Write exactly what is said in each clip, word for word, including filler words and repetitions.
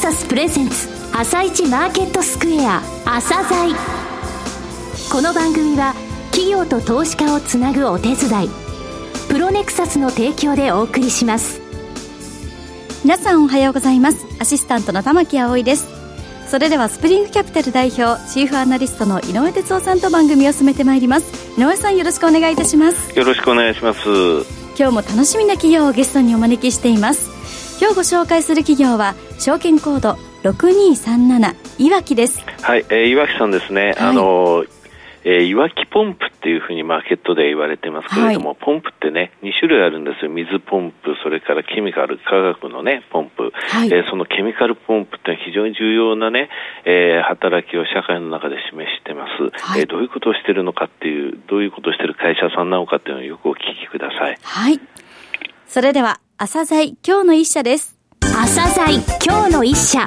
サスプレゼンツ朝一マーケットスクエア朝鮮。この番組は企業と投資家をつなぐお手伝いプロネクサスの提供でお送りします。 皆さんおはようございます。アシスタントの玉木葵です。それではスプリングキャピタル代表チーフアナリストの井上哲夫さんと番組を進めてまいります。井上さん、よろしくお願いいたします。 よろしくお願いします。 今日も楽しみな企業をゲストにお招きしています。今日ご紹介する企業は証券コードろくにさんなないわきです。 はい、えー、いわきさんですね、はい、あのえー、いわきポンプっていうふうにマーケットで言われてますけれども、はい、ポンプってねに種類あるんですよ。水ポンプ、それからケミカル化学のねポンプ、はい、えー、そのケミカルポンプって非常に重要なね、えー、働きを社会の中で示してます、はい、えー、どういうことをしているのかっていうどういうことをしている会社さんなのかっていうのをよくお聞きください。 はい、それでは朝鮮今日の一社です。 朝鮮今日の一社。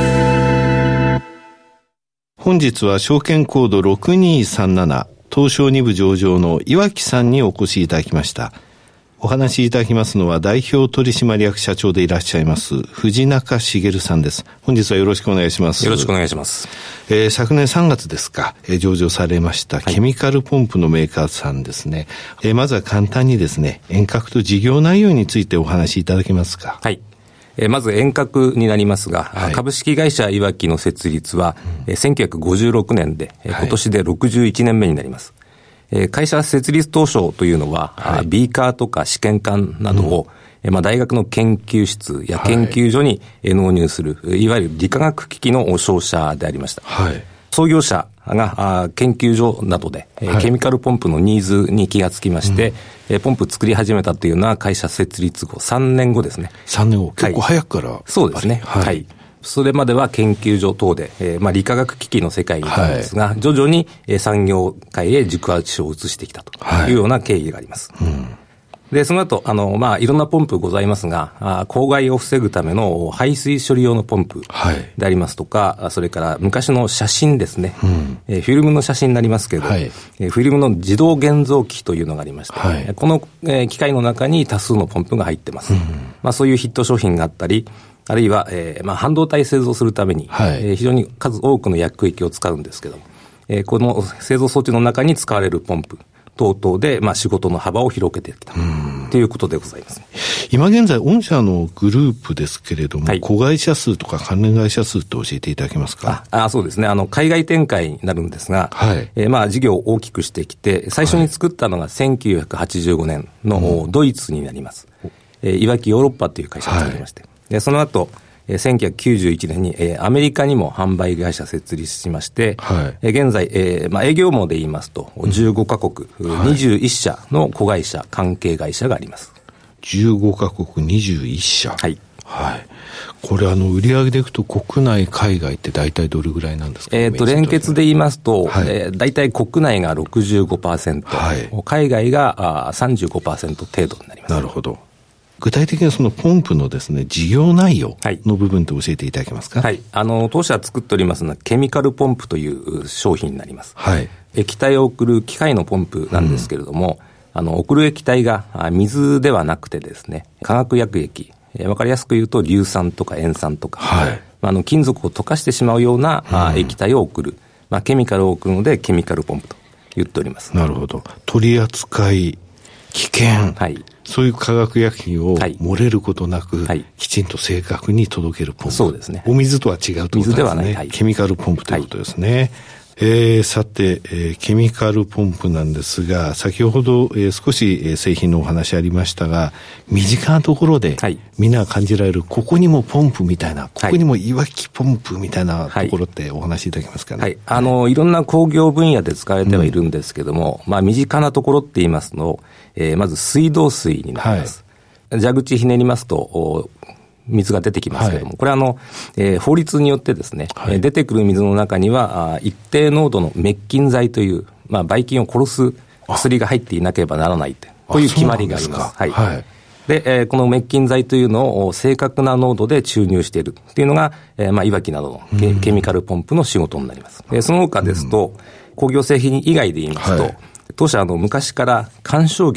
本日は証券コードろくにさんなな東証に部上場の岩木さんにお越しいただきました。お話しいただきますのは代表取締役社長でいらっしゃいます藤中茂さんです。本日はよろしくお願いします。 よろしくお願いします。 えー、昨年さんがつですか、えー、上場されましたケミカルポンプのメーカーさんですね、はい、えー、まずは簡単にですね遠隔と事業内容についてお話しいただけますか。 はい、えー、まず遠隔になりますが、はい、株式会社いわきの設立は、うん、せんきゅうひゃくごじゅうろくねんで、はい、今年でろくじゅういちねんめになります。えー、会社設立当初というのは、はい、ビーカーとか試験管などを、うん、まあ、大学の研究室や研究所に納入する、はい、いわゆる理化学機器の商社でありました。はい、創業者が研究所などで、はい、ケミカルポンプのニーズに気がつきまして、うん、ポンプ作り始めたというのは会社設立後さんねんごですね。 さんねんご、結構早くから、はい、 そうですね。はい、はい、それまでは研究所等で、えーまあ、理化学機器の世界にいたんですが、はい、徐々に産業界へ軸足を移してきたというような経緯があります。はい、うん、でその後あの、まあ、いろんなポンプございますが、あ公害を防ぐための排水処理用のポンプでありますとか、はい、それから昔の写真ですね、うん、えー、フィルムの写真になりますけど、はい、えー、フィルムの自動現像機というのがありまして、はい、この、えー、機械の中に多数のポンプが入ってます。うん、まあ、そういうヒット商品があったり、あるいは、えーまあ、半導体製造するために、はい、えー、非常に数多くの薬液を使うんですけども、えー、この製造装置の中に使われるポンプ等々で、まあ、仕事の幅を広げてきたということでございます。 今現在御社のグループですけれども、はい、子会社数とか関連会社数って教えていただけますか。 ああ、そうですね。あの海外展開になるんですが、はい、えー、まあ事業を大きくしてきて最初に作ったのがせんきゅうひゃくはちじゅうごねんのドイツになります。うん、えー、いわきヨーロッパという会社が作りまして、はい、でその後せんきゅうひゃくきゅうじゅういちねんに、えー、アメリカにも販売会社設立しまして、はい、えー、現在、えーまあ、営業網で言いますとじゅうごカ国、うん、にじゅういっしゃの子会社関係会社があります。 じゅうごカ国にじゅういっしゃ、 はいはい、これあの売上でいくと国内海外って大体どれぐらいなんですか。 えー、と連結で言いますと、はい、えー、大体国内が ろくじゅうごパーセント、はい、海外があ さんじゅうごパーセント 程度になります。 なるほど。具体的なそのポンプのですね事業内容の部分って教えていただけますか。 はい、あの当社作っておりますのはケミカルポンプという商品になります。はい、液体を送る機械のポンプなんですけれども、うん、あの送る液体が水ではなくてですね化学薬液、えー、分かりやすく言うと硫酸とか塩酸とか、はい、あの金属を溶かしてしまうような、うん、液体を送る、まあ、ケミカルを送るのでケミカルポンプと言っております。 なるほど。取り扱い危険、はい、そういう化学薬品を漏れることなく、はい、きちんと正確に届けるポンプ。 そうですね。 お水とは違うということですね。 水ではない、はい、 ケミカルポンプということですね。はい、えー、さて、えー、ケミカルポンプなんですが、先ほど、えー、少し、えー、製品のお話ありましたが、身近なところで、はい、みんなが感じられる、ここにもポンプみたいな、ここにもいわきポンプみたいなところってお話しいただけますかね。 はい、あの、いろんな工業分野で使われてはいるんですけども、うん、まあ、身近なところって言いますの、えー、まず水道水になります。はい、蛇口ひねりますと、水が出てきますけれども、はい、これはあの、えー、法律によってですね、はい、出てくる水の中にはあ一定濃度の滅菌剤という、まあ、ばい菌を殺す薬が入っていなければならないという決まりがあります。はいはい、で、えー、この滅菌剤というのを正確な濃度で注入しているというのが、えー、まあいわきなどの ケ,、うん、ケミカルポンプの仕事になります。でその他ですと、うん、工業製品以外で言いますと、はい、当社あの昔から観賞魚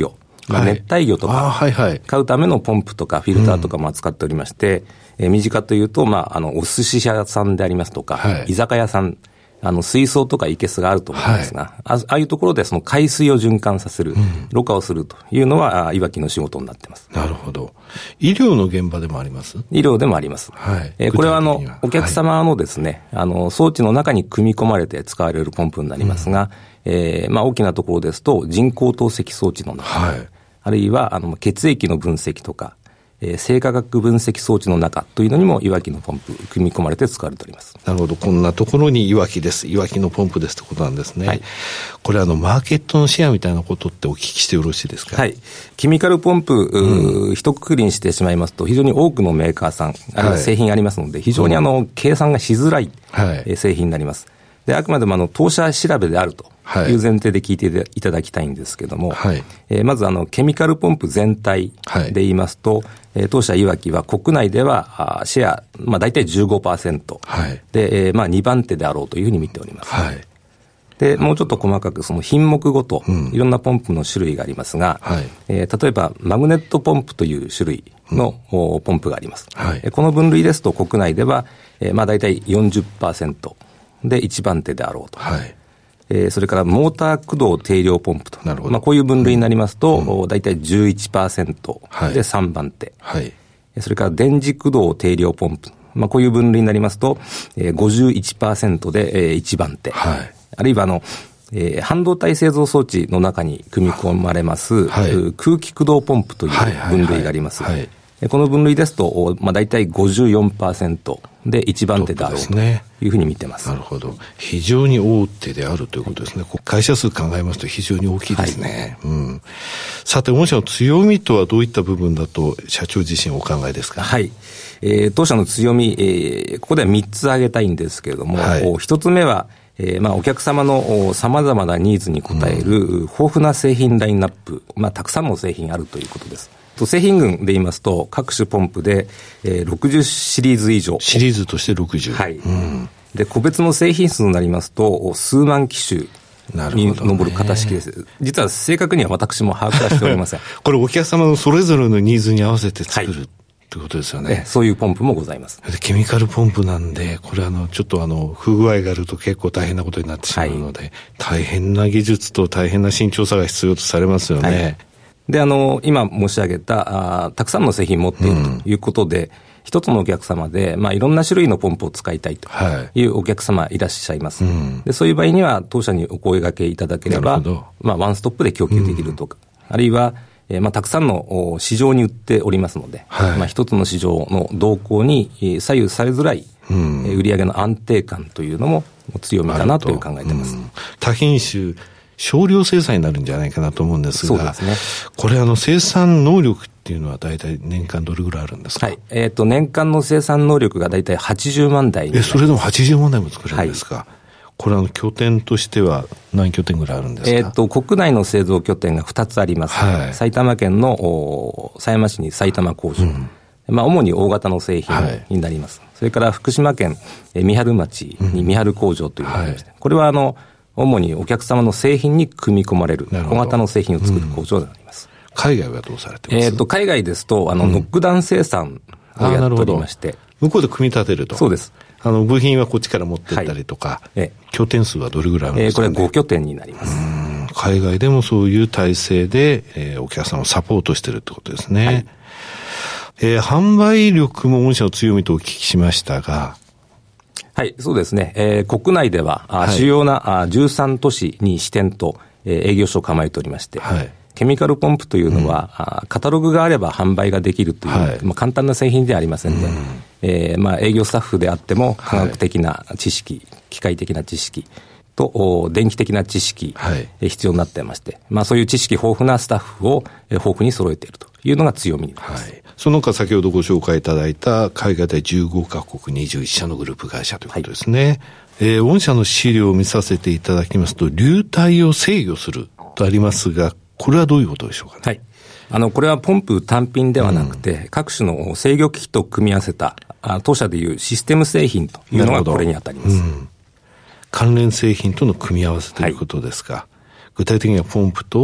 まあ、熱帯魚とか買うためのポンプとかフィルターとかも扱っておりまして、うん、えー、身近というと、まあ、あのお寿司屋さんでありますとか、はい、居酒屋さん、あの水槽とか生けすがあると思うんですが、はい、あ, ああいうところでその海水を循環させる、うん、ろ過をするというのはいわきの仕事になっています。 なるほど。医療の現場でもあります？ 医療でもあります。はい、えー、これはあのお客様のですね、はい、あの装置の中に組み込まれて使われるポンプになりますが、うん、えー、まあ大きなところですと人工透析装置の中、はい、あるいはあの血液の分析とか、えー、生化学分析装置の中というのにもいわきのポンプ組み込まれて使われております。 なるほど。こんなところにいわきです、いわきのポンプですということなんですね。はい、これあのマーケットのシェアみたいなことってお聞きしてよろしいですか？ はい。ケミカルポンプ、うん、一括りにしてしまいますと非常に多くのメーカーさんあるいは製品ありますので、はい、非常にあの、うん、計算がしづらい、はい、製品になります。であくまでもあの当社調べであるという前提で聞いていただきたいんですけども、はい、えー、まずあのケミカルポンプ全体で言いますと、はい、えー、当社いわきは国内ではシェア、まあ、大体 じゅうごパーセント、はい、で、えー、まあにばん手であろうというふうに見ております。はい、でもうちょっと細かくその品目ごと、うん、いろんなポンプの種類がありますが、はい、えー、例えばマグネットポンプという種類の、うん、ポンプがあります。はい、この分類ですと国内では、えー、まあ大体 よんじゅっパーセントでいちばん手であろうと。はい、えー、それからモーター駆動定量ポンプと。なるほど。まあこういう分類になりますと、うん、大体 じゅういちパーセントでさんばん手。はい。それから電磁駆動定量ポンプ。まあこういう分類になりますと、えー、ごじゅういちパーセントで、えー、いちばん手。はい。あるいはあの、えー、半導体製造装置の中に組み込まれます、はい、空気駆動ポンプという分類があります。はいはいはいはい、この分類ですと、まあ、大体 ごじゅうよんパーセント でいちばん手であろうというふうに見てます。 なるほど。非常に大手であるということですね。会社数考えますと非常に大きいですね。はい、うん、さて、御社の強みとはどういった部分だと社長自身お考えですか？ はい。えー、当社の強み、えー、ここではみっつ挙げたいんですけれども、はい、ひとつめは、えー、まあお客様の様々なニーズに応える豊富な製品ラインナップ、まあたくさんの製品あるということです。製品群で言いますと各種ポンプで、えー、ろくじゅうシリーズ以上。 シリーズとしてろくじゅう。 はい。うん、で個別の製品数になりますと数万機種に上る型式です。実は正確には私も把握はしておりません。 これお客様のそれぞれのニーズに合わせて作る、はい、ってことですよね。 そういうポンプもございます。 ケミカルポンプなんで、これあの、ちょっとあの、不具合があると結構大変なことになってしまうので、はい、大変な技術と大変な慎重さが必要とされますよね。はい、 で、あの、今申し上げた、あたくさんの製品持っているということで、うん、一つのお客様で、まあ、いろんな種類のポンプを使いたいというお客様いらっしゃいます。はい、うん、でそういう場合には、当社にお声掛けいただければ、まあ、ワンストップで供給できるとか、うん、あるいは、えー、まあ、たくさんの市場に売っておりますので、はい、まあ、一つの市場の動向に左右されづらい、うん、売上の安定感というのも強みかなという考えています。うん、 多品種、少量生産になるんじゃないかなと思うんですが、 そうですね。 これあの生産能力っていうのは大体年間どれぐらいあるんですか？ はい。えっと、年間の生産能力が大体はちじゅうまんだいになります。 え、それでもはちじゅうまんだいも作れるんですか？はい、これあの拠点としては何拠点ぐらいあるんですか？ えっと、国内の製造拠点がふたつあります。はい、埼玉県の狭山市に埼玉工場。うん、まあ、主に大型の製品になります。はい、それから福島県三春町に三春工場というのがありまして、うん、はい、これはあの、主にお客様の製品に組み込まれる小型の製品を作る工場になります。 うん、海外はどうされてます？ えっと、海外ですと、あの、うん、ノックダウン生産をやっておりまして。 向こうで組み立てると。 そうです。 あの、部品はこっちから持ってったりとか、はい、ええ、拠点数はどれぐらいあるんですかね？ えー、これご拠点になります。 うん、海外でもそういう体制で、えー、お客さんをサポートしてるってことですね。はい、えー、販売力も御社の強みとお聞きしましたが、 はい、そうですね。えー、国内では、はい、主要なじゅうさん都市に支店と、えー、営業所を構えておりまして、はい、ケミカルポンプというのは、うん、カタログがあれば販売ができるという、はい、まあ、簡単な製品ではありませんので、うん、えー、まあ、営業スタッフであっても科学的な知識、はい、機械的な知識と電気的な知識、はい、必要になっていまして、まあ、そういう知識豊富なスタッフを豊富に揃えているというのが強みになります。はい、 その他先ほどご紹介いただいた海外でじゅうごカ国にじゅういっしゃのグループ会社ということですね。はい、えー、御社の資料を見させていただきますと、流体を制御するとありますが、これはどういうことでしょうかね？ はい。あの、これはポンプ単品ではなくて、うん、各種の制御機器と組み合わせた、あ当社でいうシステム製品というのがこれに当たります。うん、 関連製品との組み合わせということですか？はい、具体的にはポンプと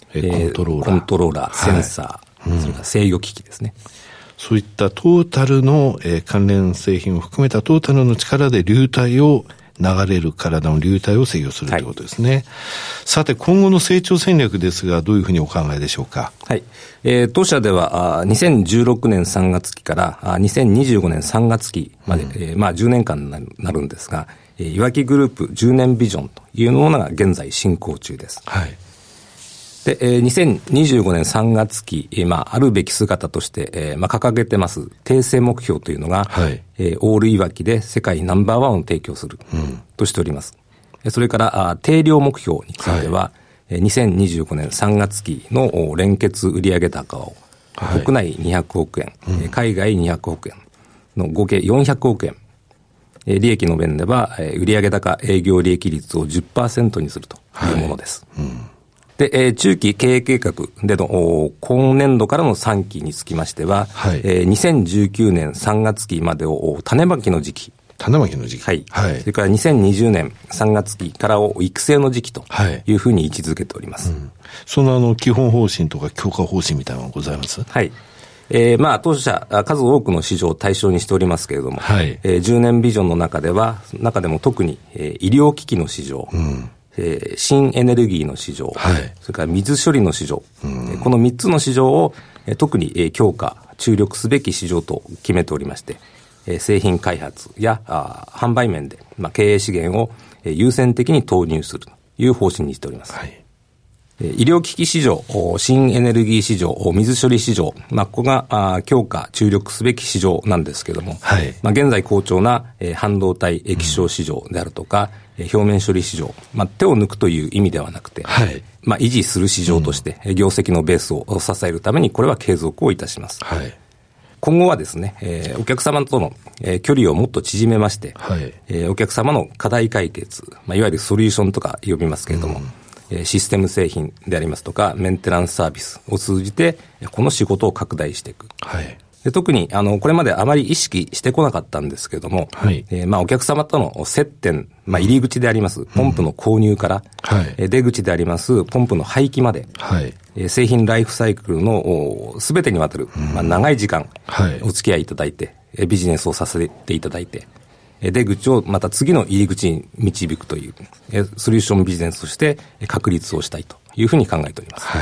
えー、コントローラー、 コントローラー、センサー、はい、それから制御機器ですね。 そういったトータルの、えー、関連製品を含めたトータルの力で流体を流れる体の流体を制御するということですね、はい、さて今後の成長戦略ですがどういうふうにお考えでしょうか。 はい、えー、当社ではにせんじゅうろくねんさんがつきからにせんにじゅうごねんさんがつきまで、うん、えー、まあじゅうねんかんになるんですが、いわきグループじゅうねんビジョンというものが現在進行中です。はい。で、にせんにじゅうごねんさんがつき、まあ、あるべき姿として、えー、まあ、掲げてます、訂正目標というのが、はい、えー、オールいわきで世界ナンバーワンを提供する、うん、としております。それから、あ定量目標については、はい、にせんにじゅうごねんさんがつきの連結売上高を、はい、国内にひゃくおくえん、うん、海外にひゃくおくえんの合計よんひゃくおくえん、利益の面では、売上高営業利益率を じゅっパーセント にするというものです。はい、うん、で、中期経営計画での今年度からのさんきにつきましては、はい、にせんじゅうきゅうねんさんがつきまでを種まきの時期。 種まきの時期。 はい。はい、それからにせんにじゅうねんさんがつきからを育成の時期というふうに位置づけております。はい、うん、そのあの基本方針とか強化方針みたいなのがございます？ はい。えー、まあ当社数多くの市場を対象にしておりますけれども、はい、えー、じゅうねんビジョンの中では中でも特に、えー、医療機器の市場、うん、えー、新エネルギーの市場、はい、それから水処理の市場、うん、このみっつの市場を、えー、特に、えー、強化注力すべき市場と決めておりまして、えー、製品開発やあ販売面で、まあ、経営資源を、えー、優先的に投入するという方針にしております。はい、医療機器市場、新エネルギー市場、水処理市場、まあ、ここが強化、注力すべき市場なんですけれども、はい、まあ、現在好調な半導体液晶市場であるとか、うん、表面処理市場、まあ、手を抜くという意味ではなくて、はい、まあ、維持する市場として、業績のベースを支えるために、これは継続をいたします。はい、今後はですね、えー、お客様との、えー、距離をもっと縮めまして、はい、えー、お客様の課題解決、まあ、いわゆるソリューションとか呼びますけれども、うん、システム製品でありますとかメンテナンスサービスを通じてこの仕事を拡大していく、はい、で特にあのこれまであまり意識してこなかったんですけれども、はい、えー、まあお客様との接点、まあ、入り口でありますポンプの購入から、うん、はい、出口でありますポンプの廃棄まで、はい、えー、製品ライフサイクルのすべてにわたる、うん、まあ、長い時間、はい、お付き合いいただいてビジネスをさせていただいて出口をまた次の入り口に導くというソリューションビジネスとして確立をしたいというふうに考えております。はい、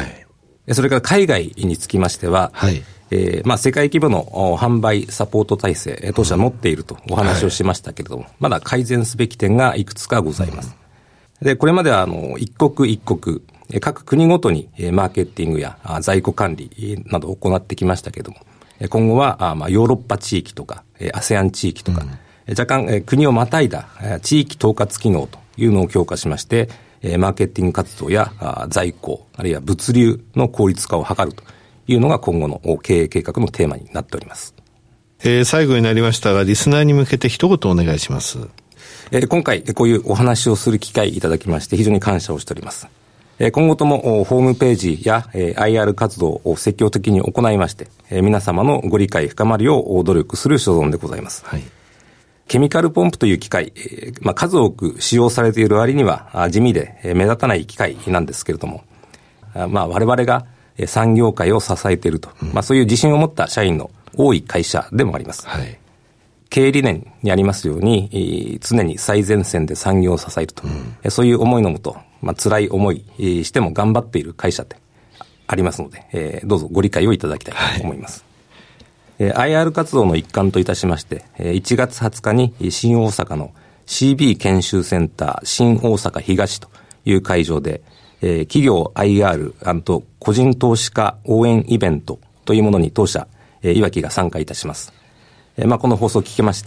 それから海外につきましては、はい、えー、まあ世界規模の販売サポート体制、当社持っているとお話をしましたけれども、はい、まだ改善すべき点がいくつかございます。うん、で、これまではあの一国一国各国ごとにマーケティングや在庫管理などを行ってきましたけれども、今後はまあヨーロッパ地域とか アセアン 地域とか、うん、若干、えー、国をまたいだ、えー、地域統括機能というのを強化しまして、えー、マーケティング活動やあ在庫、あるいは物流の効率化を図るというのが今後の経営計画のテーマになっております。 えー、最後になりましたが、リスナーに向けて一言お願いします。 えー、今回、こういうお話をする機会いただきまして非常に感謝をしております。えー、今後ともホームページや、えー、アイアール 活動を積極的に行いまして、えー、皆様のご理解深まるよう努力する所存でございます。はい、ケミカルポンプという機械、えーまあ、数多く使用されている割には地味で目立たない機械なんですけれども、まあ、我々が産業界を支えていると、うん、まあ、そういう自信を持った社員の多い会社でもあります。はい、経営理念にありますように常に最前線で産業を支えると、うん、そういう思いのもと、まあ、辛い思いしても頑張っている会社ってありますので、えー、どうぞご理解をいただきたいと思います。はい、アイアール 活動の一環といたしまして、いちがつはつかに新大阪の シービー 研修センター新大阪東という会場で、企業 アイアール& 個人投資家応援イベントというものに当社、いわきが参加いたします。まあ、この放送を聞きまして、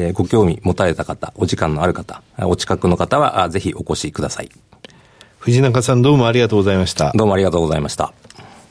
ご興味持たれた方、お時間のある方、お近くの方はぜひお越しください。 藤中さん、どうもありがとうございました。 どうもありがとうございました。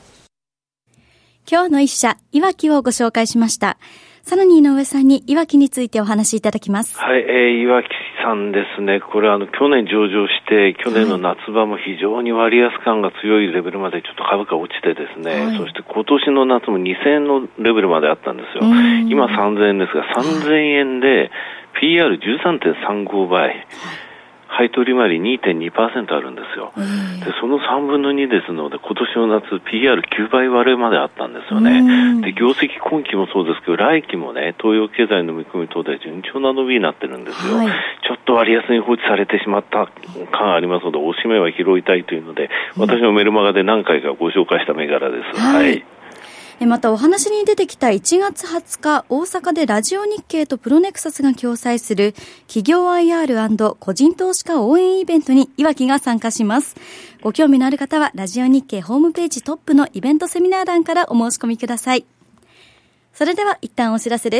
今日の一社、いわきをご紹介しました。さらに井上さんにいわきについてお話しいただきます。 はい、えー、いわきさんですね。これあの去年上場して、去年の夏場も非常に割安感が強いレベルまでちょっと株価落ちてですね、はい、そして今年の夏もにせんえんのレベルまであったんですよ。今さんぜんえんですが、さんぜんえんで ピーアールじゅうさんてんさんご 倍。配当利回り にてんにパーセント あるんですよ。ででそのさんぶんのにですので、今年の夏 ピーアールきゅうばい割れまであったんですよね。で業績今期もそうですけど、来期もね、東洋経済の見込み等で順調な伸びになってるんですよ、はい、ちょっと割安に放置されてしまった感ありますので、おしめは拾いたいというので、私のメルマガで何回かご紹介した銘柄です。はい、はい。 またお話に出てきたいちがつはつか、大阪でラジオ日経とプロネクサスが共催する企業 アイアール& 個人投資家応援イベントに岩木が参加します。ご興味のある方はラジオ日経ホームページトップのイベントセミナー欄からお申し込みください。それでは一旦お知らせです。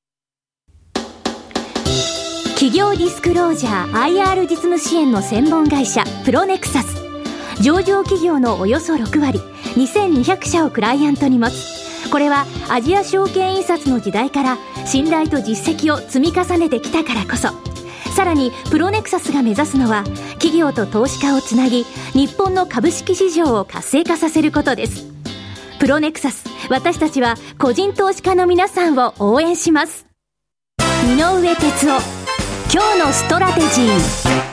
企業ディスクロージャー アイアール 実務支援の専門会社プロネクサス。上場企業のおよそろくわり、にせんにひゃくしゃをクライアントに持つ。これはアジア証券印刷の時代から信頼と実績を積み重ねてきたからこそ。さらにプロネクサスが目指すのは、企業と投資家をつなぎ、日本の株式市場を活性化させることです。プロネクサス、私たちは個人投資家の皆さんを応援します。井上哲夫、今日のストラテジー。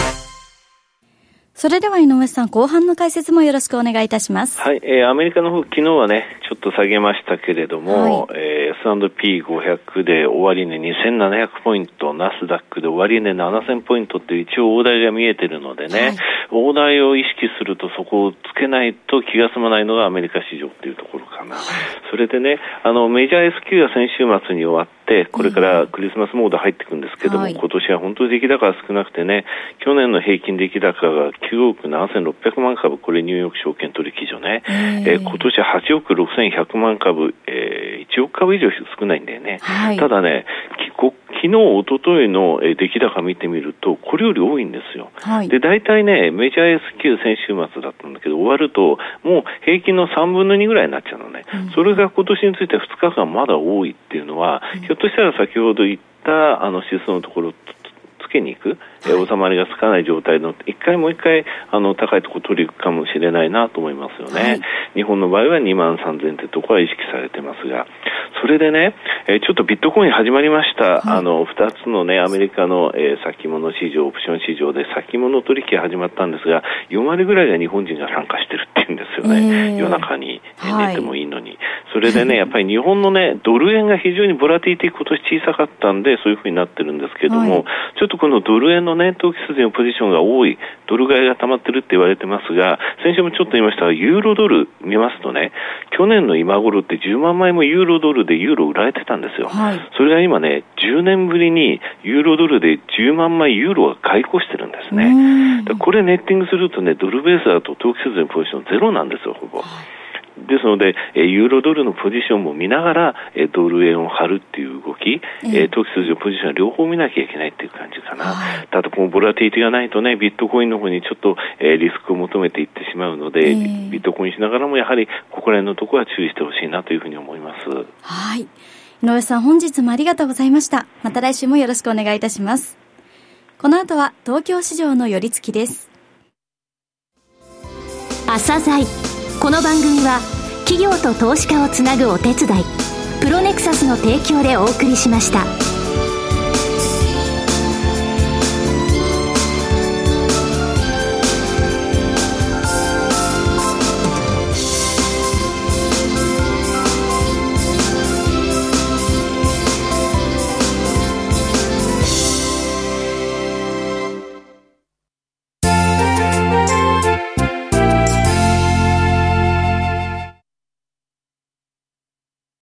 それでは井上さん、後半の解説もよろしくお願いいたします。 はい、えー、アメリカの方、昨日はね、ちょっと下げましたけれども、はい、えー、エスアンドピーごひゃく で終値にせんななひゃくポイント、ナスダックで終値ななせんポイントって一応大台が見えてるのでね、はい、大台を意識するとそこをつけないと気が済まないのがアメリカ市場っていうところかな。はい、それでね、あの、メジャー エスキュー は先週末に終わって、これからクリスマスモード入っていくんですけども、はい、今年は本当に出来高が少なくてね、去年の平均出来高がきゅうおくななせんろっぴゃくまんかぶ、これニューヨーク証券取引所ね、えー、今年ははちおくろくせんひゃくまんかぶ、えー、いちおくかぶ以上少ないんだよね。はい、ただね、昨日、一昨日の出来高見てみると、これより多いんですよ。はい、で、大体ね、メジャー エスキュー 先週末だったんだけど、終わると、もう平均のさんぶんのにぐらいになっちゃうのね。うん、それが今年についてふつかかんまだ多いっていうのは、うん、ひょっとしたら先ほど言った、あの、指数のところ、つけに行く、はい、収まりがつかない状態の一回もう一回あの高いところ取り行くかもしれないなと思いますよね。はい、日本の場合はにまんさんぜんってところは意識されてますが、それでね、えー、ちょっとビットコイン始まりました。はい、あのふたつのねアメリカの、えー、先物市場、オプション市場で先物取引が始まったんですが、よんわりぐらいが日本人が参加してるっていうんですよね。えー、夜中に寝てもいいのに。はい、それでね、やっぱり日本のねドル円が非常にボラティティ今年小さかったんでそういうふうになってるんですけども、はい、ちょっとこのドル円のね投機筋のポジションが多い、ドル買いが溜まってるって言われてますが、先週もちょっと言いましたが、ユーロドル見ますとね、去年の今頃ってじゅうまんまいもユーロドルでユーロ売られてたんですよ。はい、それが今ね、じゅうねんぶりにユーロドルでじゅうまんまいユーロが買い越してるんですね。だこれネッティングするとね、ドルベースだと投機筋のポジションゼロなんですよ、ほぼ。はい、ですので、ユーロドルのポジションも見ながら、ドル円を張るっていう動き、えー、投機筋のポジション両方見なきゃいけないっていう感じかな。はい、ただ、このボラティティがないとね、ビットコインの方にちょっと、えー、リスクを求めていってしまうので、えー、ビットコインしながらもやはりここら辺のところは注意してほしいなというふうに思います。 はい。井上さん、本日もありがとうございました。また来週もよろしくお願いいたします。この後は東京市場の寄り付きです。 朝鮮この番組は企業と投資家をつなぐお手伝いプロネクサスの提供でお送りしました。